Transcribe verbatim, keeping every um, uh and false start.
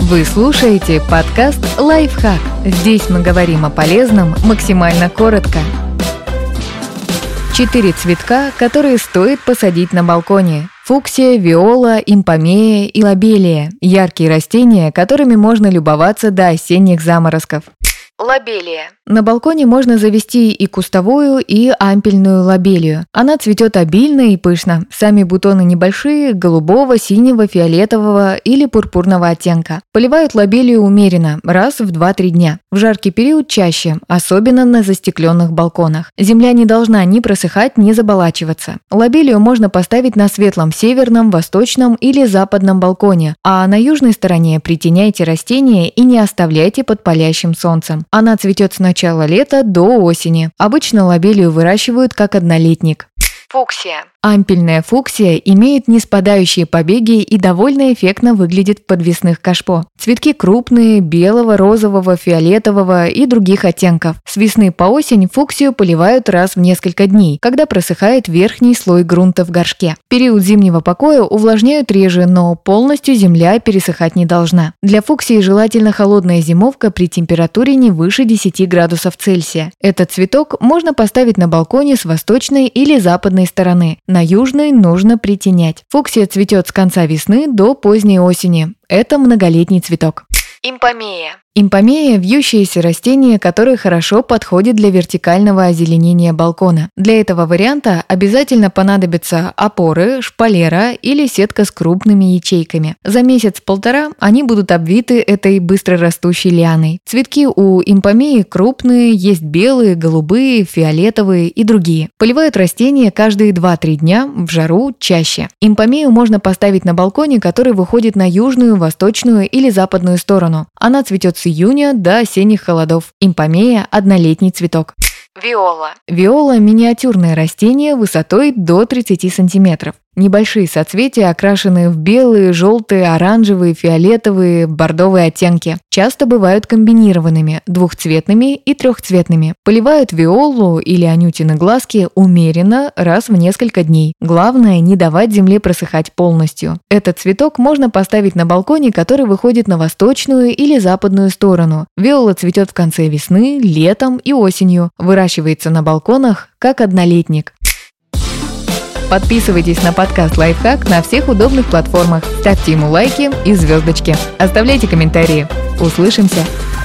Вы слушаете подкаст «Лайфхак». Здесь мы говорим о полезном максимально коротко. Четыре цветка, которые стоит посадить на балконе. Фуксия, виола, импомея и лобелия – яркие растения, которыми можно любоваться до осенних заморозков. Лобелия. На балконе можно завести и кустовую, и ампельную лобелию. Она цветет обильно и пышно. Сами бутоны небольшие, голубого, синего, фиолетового или пурпурного оттенка. Поливают лобелию умеренно, раз в два-три дня. В жаркий период чаще, особенно на застекленных балконах. Земля не должна ни просыхать, ни заболачиваться. Лобелию можно поставить на светлом северном, восточном или западном балконе, а на южной стороне притеняйте растения и не оставляйте под палящим солнцем. Она цветет с начала лета до осени. Обычно лобелию выращивают как однолетник. Фуксия. Ампельная фуксия имеет неспадающие побеги и довольно эффектно выглядит в подвесных кашпо. Цветки крупные, белого, розового, фиолетового и других оттенков. С весны по осень фуксию поливают раз в несколько дней, когда просыхает верхний слой грунта в горшке. В период зимнего покоя увлажняют реже, но полностью земля пересыхать не должна. Для фуксии желательно холодная зимовка при температуре не выше десяти градусов Цельсия. Этот цветок можно поставить на балконе с восточной или западной стороны. На южной нужно притенять. Фуксия цветет с конца весны до поздней осени. Это многолетний цветок. Импомея. Импомея – вьющееся растение, которое хорошо подходит для вертикального озеленения балкона. Для этого варианта обязательно понадобятся опоры, шпалера или сетка с крупными ячейками. За месяц-полтора они будут обвиты этой быстрорастущей лианой. Цветки у импомеи крупные, есть белые, голубые, фиолетовые и другие. Поливают растения каждые два-три дня, в жару чаще. Импомею можно поставить на балконе, который выходит на южную, восточную или западную сторону. Она цветет с июня до осенних холодов. Импомея – однолетний цветок. Виола. Виола – миниатюрное растение высотой до тридцати сантиметров. Небольшие соцветия, окрашенные в белые, желтые, оранжевые, фиолетовые, бордовые оттенки. Часто бывают комбинированными, двухцветными и трехцветными. Поливают виолу или анютины глазки умеренно раз в несколько дней. Главное – не давать земле просыхать полностью. Этот цветок можно поставить на балконе, который выходит на восточную или западную сторону. Виола цветет в конце весны, летом и осенью. Выращивается на балконах как однолетник. Подписывайтесь на подкаст «Лайфхак» на всех удобных платформах, ставьте ему лайки и звездочки. Оставляйте комментарии. Услышимся!